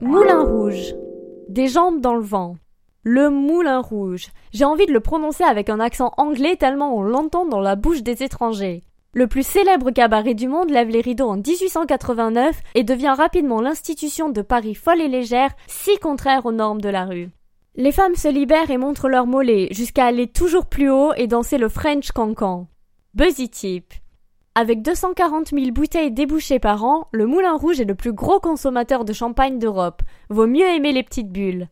Moulin Rouge. Des jambes dans le vent. Le Moulin Rouge. J'ai envie de le prononcer avec un accent anglais tellement on l'entend dans la bouche des étrangers. Le plus célèbre cabaret du monde lève les rideaux en 1889 et devient rapidement l'institution de Paris folle et légère, si contraire aux normes de la rue. Les femmes se libèrent et montrent leurs mollets jusqu'à aller toujours plus haut et danser le French cancan. Buzzy Tip. Avec 240 000 bouteilles débouchées par an, le Moulin Rouge est le plus gros consommateur de champagne d'Europe. Vaut mieux aimer les petites bulles.